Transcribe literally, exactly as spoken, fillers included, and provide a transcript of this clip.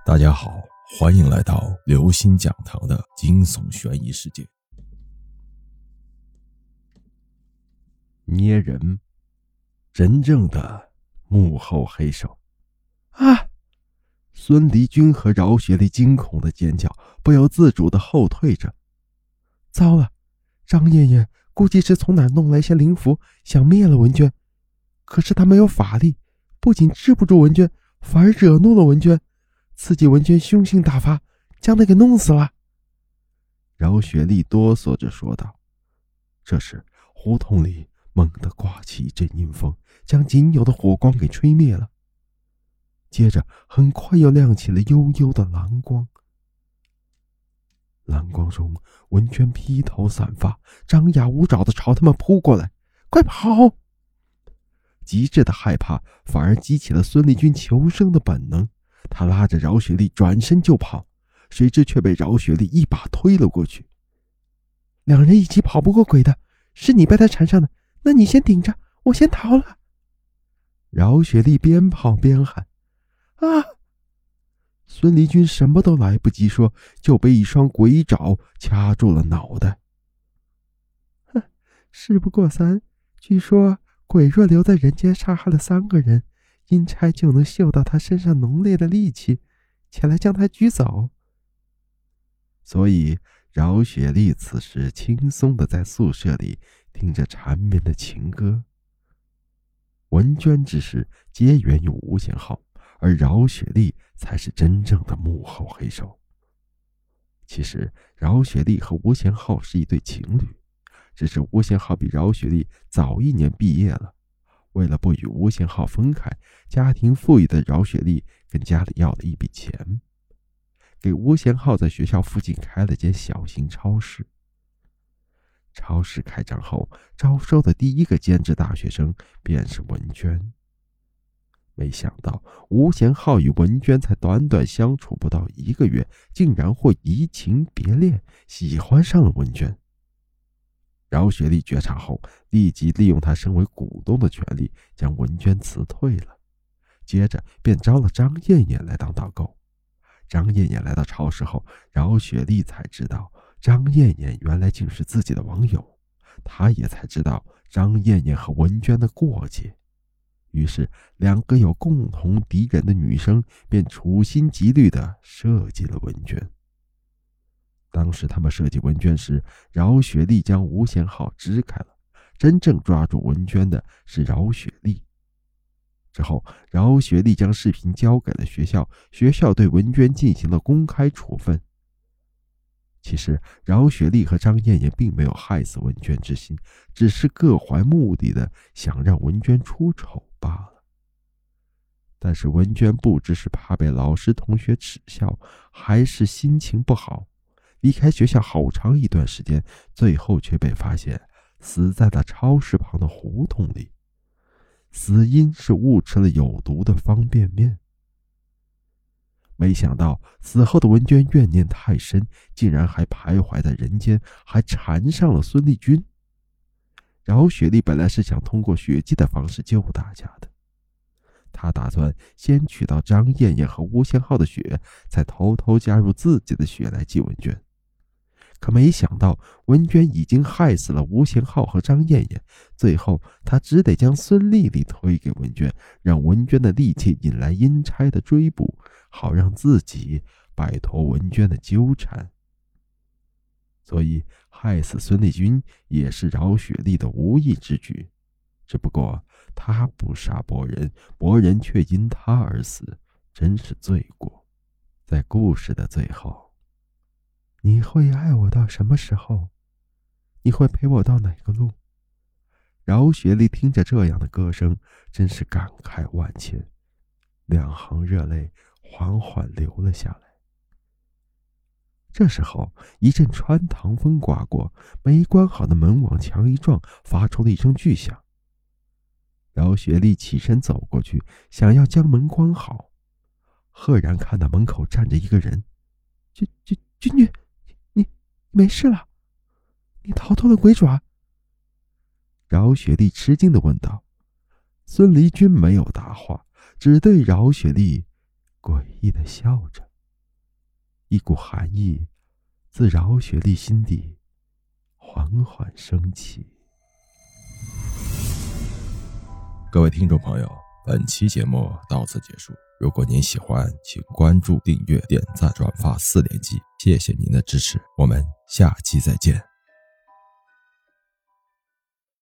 大家好，欢迎来到刘星讲堂的惊悚悬疑世界。捏人，真正的幕后黑手啊！孙离军和饶雪莉惊恐的尖叫，不由自主的后退着。糟了，张艳艳估计是从哪弄来些灵符，想灭了文娟。可是她没有法力，不仅治不住文娟，反而惹怒了文娟，刺激文娟凶性大发，将她给弄死了。饶雪莉哆嗦着说道。这时胡同里猛地刮起一阵阴风，将仅有的火光给吹灭了。接着很快又亮起了幽幽的蓝光。蓝光中，文娟披头散发，张牙舞爪地朝他们扑过来。快跑！极致的害怕反而激起了孙立军求生的本能，他拉着饶雪莉转身就跑，谁知却被饶雪莉一把推了过去。两人一起跑不过鬼的，是你被他缠上的，那你先顶着，我先逃了。饶雪莉边跑边喊啊！孙离军什么都来不及说，就被一双鬼爪掐住了脑袋。哼，事不过三，据说鬼若留在人间杀害了三个人，阴差就能嗅到他身上浓烈的戾气，前来将他拘走。所以饶雪莉此时轻松地在宿舍里听着缠绵的情歌。文娟之事皆源于吴贤浩，而饶雪莉才是真正的幕后黑手。其实饶雪莉和吴贤浩是一对情侣，只是吴贤浩比饶雪莉早一年毕业了，为了不与吴贤浩分开，家庭富裕的饶雪莉跟家里要了一笔钱，给吴贤浩在学校附近开了间小型超市。超市开张后，招收的第一个兼职大学生便是文娟。没想到吴贤浩与文娟才短短相处不到一个月，竟然会移情别恋，喜欢上了文娟。饶雪莉觉察后，立即利用她身为股东的权利，将文娟辞退了。接着便招了张艳艳来当导购。张艳艳来到超市后，饶雪莉才知道张艳艳原来竟是自己的网友，她也才知道张艳艳和文娟的过节。于是两个有共同敌人的女生便处心积虑地设计了文娟。当时他们设计文娟时，饶雪莉将吴贤浩支开了，真正抓住文娟的是饶雪莉。之后饶雪莉将视频交给了学校，学校对文娟进行了公开处分。其实饶雪莉和张艳艳并没有害死文娟之心，只是各怀目的的想让文娟出丑罢了。但是文娟不知是怕被老师同学耻笑，还是心情不好，离开学校好长一段时间，最后却被发现死在了超市旁的胡同里。死因是误吃了有毒的方便面。没想到死后的文娟怨念太深，竟然还徘徊在人间，还缠上了孙立军。饶雪莉本来是想通过血祭的方式救大家的，她打算先取到张艳艳和吴贤浩的血，再偷偷加入自己的血来祭文娟。可没想到文娟已经害死了吴贤浩和张艳艳，最后她只得将孙丽丽推给文娟，让文娟的戾气引来阴差的追捕，好让自己摆脱文娟的纠缠。所以害死孙立军也是饶雪莉的无意之举，只不过她不杀伯仁，伯仁却因她而死，真是罪过。在故事的最后，你会爱我到什么时候？你会陪我到哪个路？饶雪莉听着这样的歌声，真是感慨万千，两行热泪缓缓流了下来。这时候一阵穿堂风刮过，没关好的门往墙一撞，发出了一声巨响。饶雪莉起身走过去，想要将门关好，赫然看到门口站着一个人。君君君君，你没事了？你逃脱了鬼爪？饶雪莉吃惊地问道。孙离军没有答话，只对饶雪莉诡异地笑着。 一股寒意自饶雪莉心底缓缓升起。 各位听众朋友，本期节目到此结束。如果您喜欢，请关注、订阅、点赞、转发四连击，谢谢您的支持，我们下期再见。